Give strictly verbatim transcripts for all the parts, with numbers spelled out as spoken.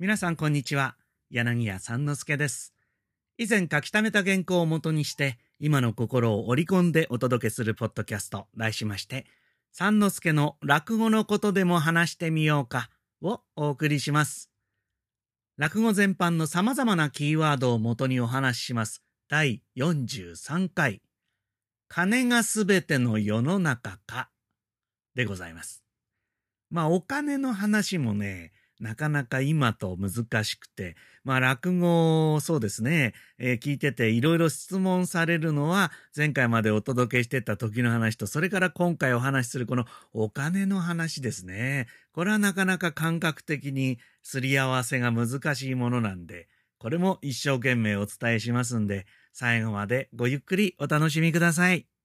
皆さんこんにちは。柳家三之助です。以前書き溜めた原稿をもとにして今の心を織り込んでお届けするポッドキャスト、題しまして三之助の落語のことでも話してみようかをお送りします。落語全般の様々なキーワードをもとにお話ししますだいよんじゅうさんかい、金がすべての世の中かでございます。まあお金の話もね、なかなか今と難しくて、まあ落語、そうですね、えー、聞いてていろいろ質問されるのは前回までお届けしてた時の話と、それから今回お話しするこのお金の話ですね。これはなかなか感覚的にすり合わせが難しいものなんで、これも一生懸命お伝えしますんで、最後までごゆっくりお楽しみください。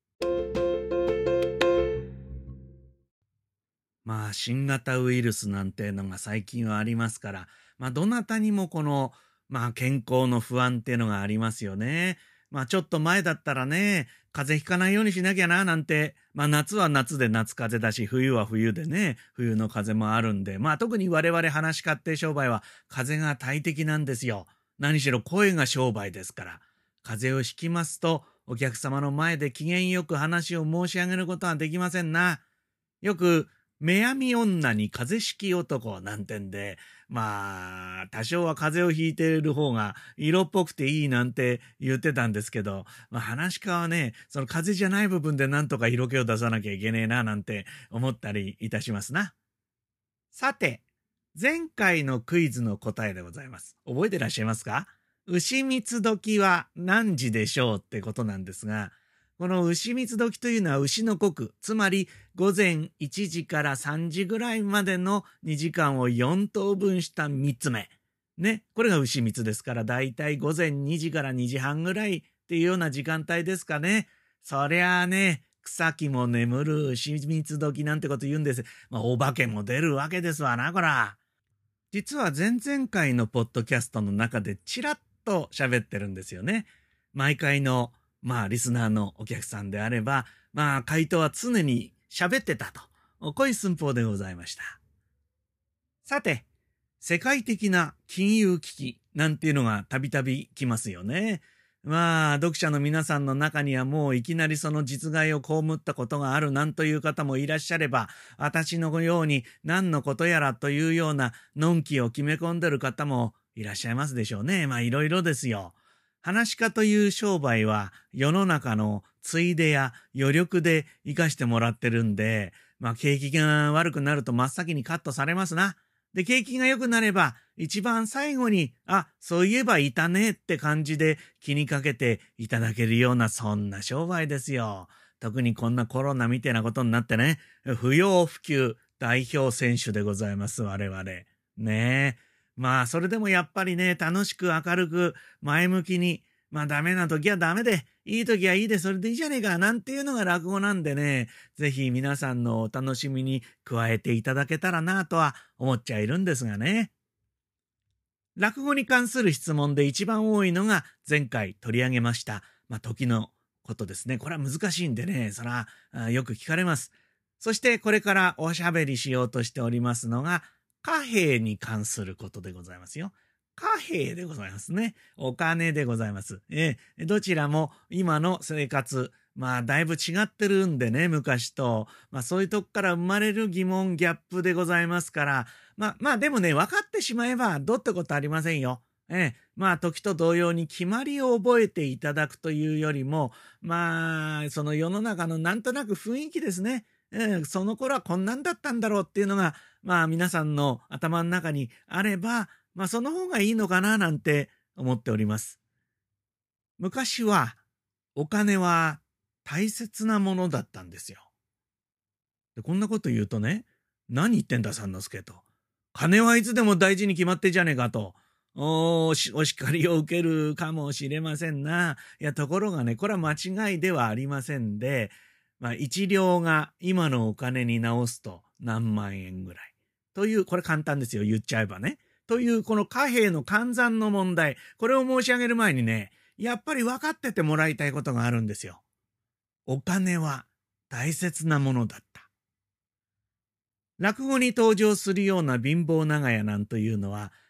まあ、新型ウイルスなんてのが最近はありますから、まあ、どなたにもこの、まあ、健康の不安っていうのがありますよね。まあ、ちょっと前だったらね、風邪ひかないようにしなきゃな、なんて、まあ、夏は夏で夏風邪だし、冬は冬でね、冬の風邪もあるんで、まあ、特に我々話し家庭商売は風邪が大敵なんですよ。何しろ声が商売ですから。風邪をひきますと、お客様の前で機嫌よく話を申し上げることはできませんな。よく、目やみ女に風邪敷き男なんてんで、まあ、多少は風邪をひいている方が色っぽくていいなんて言ってたんですけど、まあ話し家はね、その風邪じゃない部分でなんとか色気を出さなきゃいけねえななんて思ったりいたしますな。さて、前回のクイズの答えでございます。覚えてらっしゃいますか？牛蜜時は何時でしょうってことなんですが、この牛蜜時というのは牛の刻、つまり午前いちじからさんじぐらいまでのにじかんをよん等分したみっつめ。ね、これが牛蜜ですから、だいたい午前にじからにじはんぐらいっていうような時間帯ですかね。そりゃあね、草木も眠る牛蜜時なんてこと言うんです。まあ、お化けも出るわけですわな、こら。実は前々回のポッドキャストの中でちらっと喋ってるんですよね。毎回のまあリスナーのお客さんであれば、まあ回答は常に喋ってたと、こういう寸法でございました。さて、世界的な金融危機なんていうのがたびたび来ますよね。まあ読者の皆さんの中にはもういきなりその実害を被ったことがあるなんという方もいらっしゃれば、私のように何のことやらというようなのんきを決め込んでる方もいらっしゃいますでしょうね。まあいろいろですよ。話し家という商売は世の中のついでや余力で生かしてもらってるんで、まあ景気が悪くなると真っ先にカットされますな。で、景気が良くなれば一番最後に、あ、そういえばいたねって感じで気にかけていただけるような、そんな商売ですよ。特にこんなコロナみたいなことになってね、不要不急代表選手でございます、我々。ねえ。まあ、それでもやっぱりね、楽しく明るく前向きに、まあダメな時はダメで、いい時はいいでそれでいいじゃねえか、なんていうのが落語なんでね、ぜひ皆さんのお楽しみに加えていただけたらなとは思っちゃいるんですがね。落語に関する質問で一番多いのが前回取り上げました、まあ時のことですね。これは難しいんでね、そらよく聞かれます。そしてこれからおしゃべりしようとしておりますのが、貨幣に関することでございますよ。貨幣でございますね。お金でございます。えー、どちらも今の生活、まあだいぶ違ってるんでね、昔と。まあそういうとこから生まれる疑問、ギャップでございますから、まあまあでもね、分かってしまえばどうってことありませんよ。ええ、まあ時と同様に決まりを覚えていただくというよりも、まあその世の中のなんとなく雰囲気ですね。ええ、その頃はこんなんだったんだろうっていうのが、まあ皆さんの頭の中にあれば、まあその方がいいのかななんて思っております。昔はお金は大切なものだったんですよ。でこんなこと言うとね、何言ってんだ三之助と。金はいつでも大事に決まってじゃねえかと。お, お叱りを受けるかもしれませんな。いや、ところがね、これは間違いではありませんで、まあ、一両が今のお金に直すと何万円ぐらい。という、これ簡単ですよ、言っちゃえばね。という、この貨幣の換算の問題、これを申し上げる前にね、やっぱり分かっててもらいたいことがあるんですよ。お金は大切なものだった。落語に登場するような貧乏長屋なんというのは、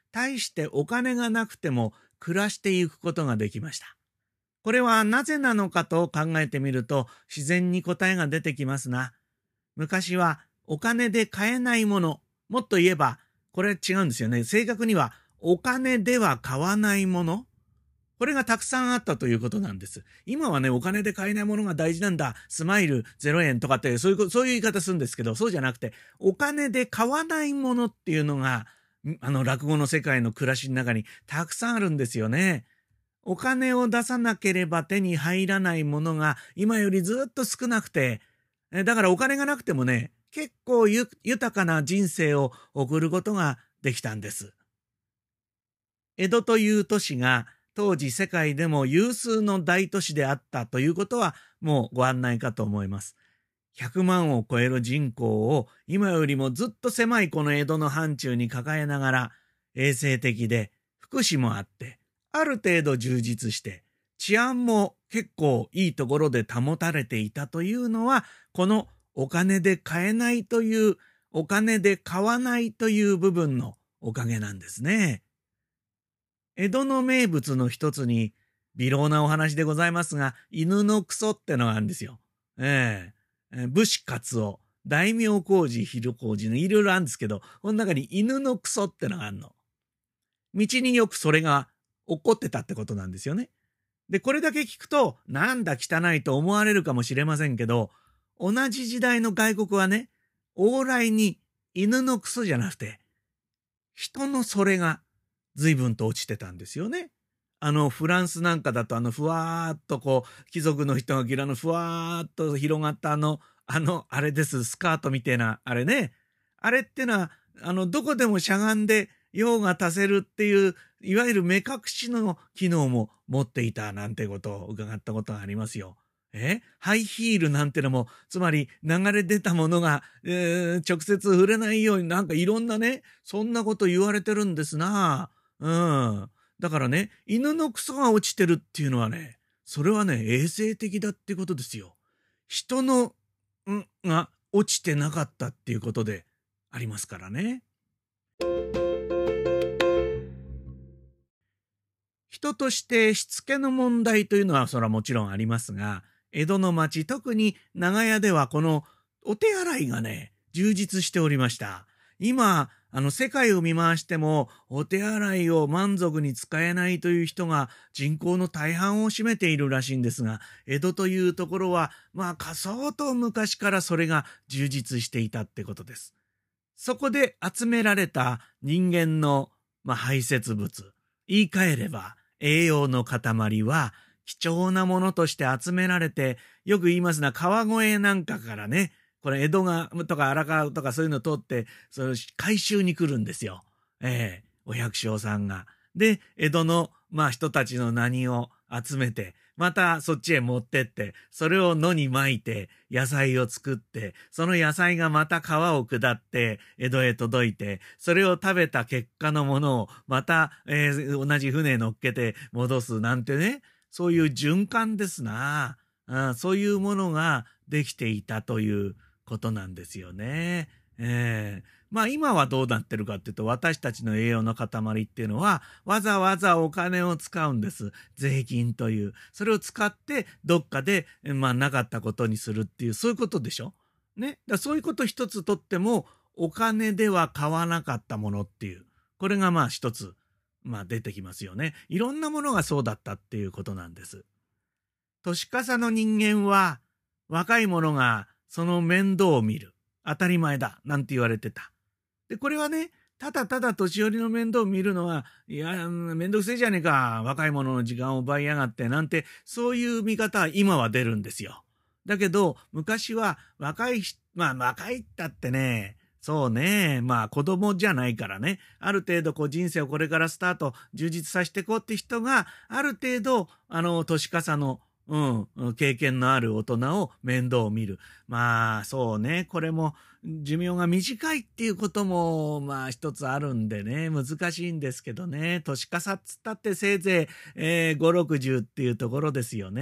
大してお金がなくても暮らしていくことができました。これはなぜなのかと考えてみると自然に答えが出てきますな。昔はお金で買えないもの、もっと言えばこれ違うんですよね。正確にはお金では買わないもの、これがたくさんあったということなんです。今はね、お金で買えないものが大事なんだ、スマイルゼロえんとかってそういうそういう言い方するんですけど、そうじゃなくてお金で買わないものっていうのがあの落語の世界の暮らしの中にたくさんあるんですよね。お金を出さなければ手に入らないものが今よりずっと少なくて、だからお金がなくてもね、結構豊かな人生を送ることができたんです。江戸という都市が当時世界でも有数の大都市であったということはもうご案内かと思います。ひゃくまんを超える人口を今よりもずっと狭いこの江戸の範疇に抱えながら、衛生的で福祉もあってある程度充実して治安も結構いいところで保たれていたというのは、このお金で買えないという、お金で買わないという部分のおかげなんですね。江戸の名物の一つに微老なお話でございますが、犬のクソってのがあるんですよ。ええ武士勝男、大名工事、昼工事のいろいろあるんですけど、この中に犬のクソってのがあるの。道によくそれが起こってたってことなんですよね。で、これだけ聞くと、なんだ汚いと思われるかもしれませんけど、同じ時代の外国はね、往来に犬のクソじゃなくて、人のそれが随分と落ちてたんですよね。あの、フランスなんかだと、あの、ふわーっとこう、貴族の人が着るあの、ふわーっと広がったあの、あの、あれです、スカートみたいな、あれね。あれってのは、あの、どこでもしゃがんで用が足せるっていう、いわゆる目隠しの機能も持っていたなんてことを伺ったことがありますよ。えハイヒールなんてのも、つまり流れ出たものが、えー、直接触れないようになんかいろんなね、そんなこと言われてるんですな。うん。だからね、犬のクソが落ちてるっていうのはね、それはね、衛生的だってことですよ。人の、んが落ちてなかったっていうことでありますからね。人としてしつけの問題というのはそれはもちろんありますが、江戸の町、特に長屋ではこのお手洗いがね、充実しておりました。今、あの世界を見回してもお手洗いを満足に使えないという人が人口の大半を占めているらしいんですが、江戸というところはまあ相当昔からそれが充実していたってことです。そこで集められた人間の、まあ、排泄物、言い換えれば栄養の塊は貴重なものとして集められて、よく言いますな、川越なんかからね、これ江戸川とか荒川とかそういうの通ってその回収に来るんですよ。ええお百姓さんが。で江戸のまあ人たちの何を集めて、またそっちへ持ってって、それを野に撒いて野菜を作って、その野菜がまた川を下って江戸へ届いて、それを食べた結果のものをまた、えー、同じ船乗っけて戻すなんてね、そういう循環ですな。あ、そういうものができていたということなんですよね。えー、まあ今はどうなってるかっていうと、私たちの栄養の塊っていうのはわざわざお金を使うんです。税金という。それを使ってどっかで、まあなかったことにするっていう、そういうことでしょ。ね。だそういうこと一つとってもお金では買わなかったものっていう。これがまあ一つ、まあ出てきますよね。いろんなものがそうだったっていうことなんです。年かさの人間は若い者がその面倒を見る。当たり前だ。なんて言われてた。で、これはね、ただただ年寄りの面倒を見るのは、いや、面倒くせえじゃねえか。若い者の時間を奪いやがって。なんて、そういう見方は今は出るんですよ。だけど、昔は若い、まあ若いったってね、そうね、まあ子供じゃないからね、ある程度こう人生をこれからスタート、充実させていこうって人が、ある程度、あの、年かさの、うん、経験のある大人を面倒を見る。まあ、そうね、これも寿命が短いっていうことも、まあ一つあるんでね、難しいんですけどね、年かさっつったってせいぜい、えー、ご、ろくじゅうっていうところですよね。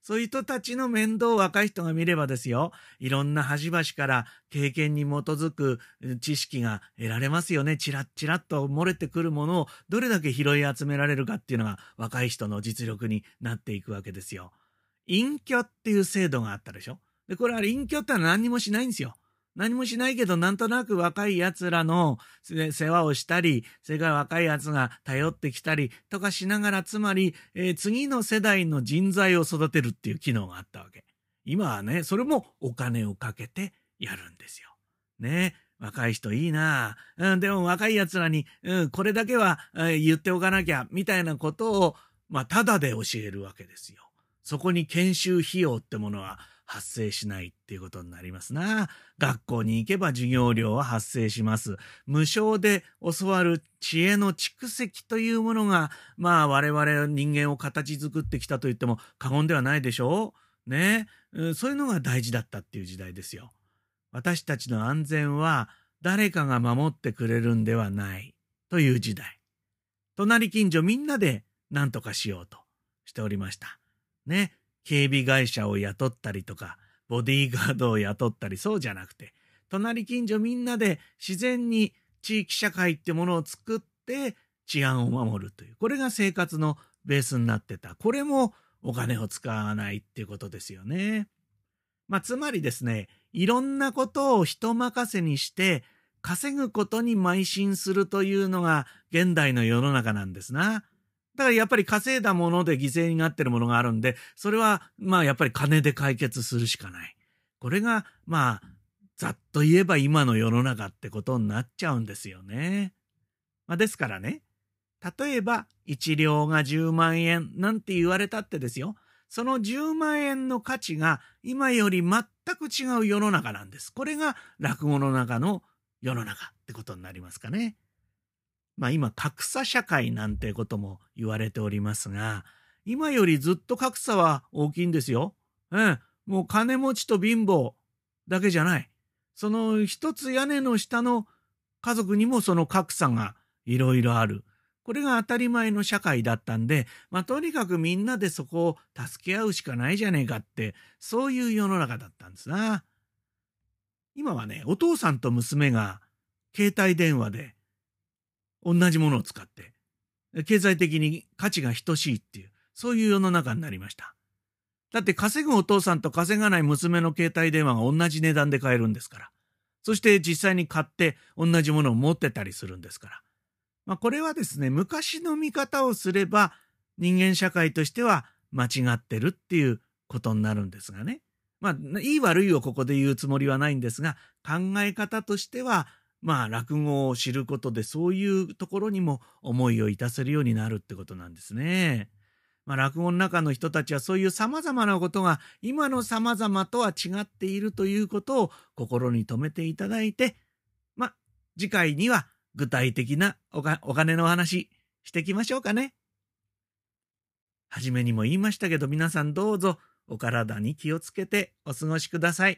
そういう人たちの面倒を若い人が見ればですよ、いろんな端々から経験に基づく知識が得られますよね。チラッチラッと漏れてくるものをどれだけ拾い集められるかっていうのが若い人の実力になっていくわけですよ。隠居っていう制度があったでしょ。で、これは隠居ってのは何にもしないんですよ。何もしないけど、なんとなく若い奴らの世話をしたり、それから若い奴が頼ってきたりとかしながら、つまり、えー、次の世代の人材を育てるっていう機能があったわけ。今はね、それもお金をかけてやるんですよ。ね。若い人いいな、うん、でも若い奴らに、うん、これだけは、えー、言っておかなきゃ、みたいなことを、まあ、ただで教えるわけですよ。そこに研修費用ってものは発生しないっていうことになりますな。学校に行けば授業料は発生します。無償で教わる知恵の蓄積というものが、まあ我々人間を形作ってきたと言っても過言ではないでしょう。ね、うん、そういうのが大事だったっていう時代ですよ。私たちの安全は誰かが守ってくれるんではないという時代。隣近所みんなで何とかしようとしておりました。ね。警備会社を雇ったりとか、ボディーガードを雇ったり、そうじゃなくて、隣近所みんなで自然に地域社会ってものを作って治安を守るという。これが生活のベースになってた。これもお金を使わないっていうことですよね。まあ、つまりですね、いろんなことを人任せにして、稼ぐことに邁進するというのが現代の世の中なんですな。だからやっぱり稼いだもので犠牲になってるものがあるんで、それはまあやっぱり金で解決するしかない。これがまあざっと言えば今の世の中ってことになっちゃうんですよね。まあ、ですからね、例えば一両がじゅうまんえんなんて言われたってですよ、そのじゅうまんえんの価値が今より全く違う世の中なんです。これが落語の中の世の中ってことになりますかね。まあ今格差社会なんてことも言われておりますが、今よりずっと格差は大きいんですよ。ええ、もう金持ちと貧乏だけじゃない。その一つ屋根の下の家族にもその格差がいろいろある。これが当たり前の社会だったんで、まあとにかくみんなでそこを助け合うしかないじゃねえかって、そういう世の中だったんですな。今はね、お父さんと娘が携帯電話で同じものを使って、経済的に価値が等しいっていう、そういう世の中になりました。だって稼ぐお父さんと稼がない娘の携帯電話が同じ値段で買えるんですから。そして実際に買って同じものを持ってたりするんですから。まあこれはですね、昔の見方をすれば人間社会としては間違ってるっていうことになるんですがね。まあ、いい悪いをここで言うつもりはないんですが、考え方としては、まあ落語を知ることでそういうところにも思いを致せるようになるってことなんですね。まあ落語の中の人たちはそういう様々なことが今の様々とは違っているということを心に留めていただいて、まあ次回には具体的なおか、お金の話していきましょうかね。はじめにも言いましたけど皆さんどうぞお体に気をつけてお過ごしください。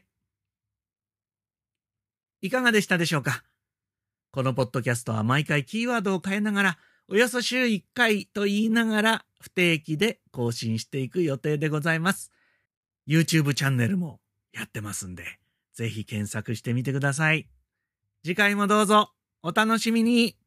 いかがでしたでしょうか。このポッドキャストは毎回キーワードを変えながら、およそ週いっかいと言いながら不定期で更新していく予定でございます。YouTube チャンネルもやってますんで、ぜひ検索してみてください。次回もどうぞお楽しみに。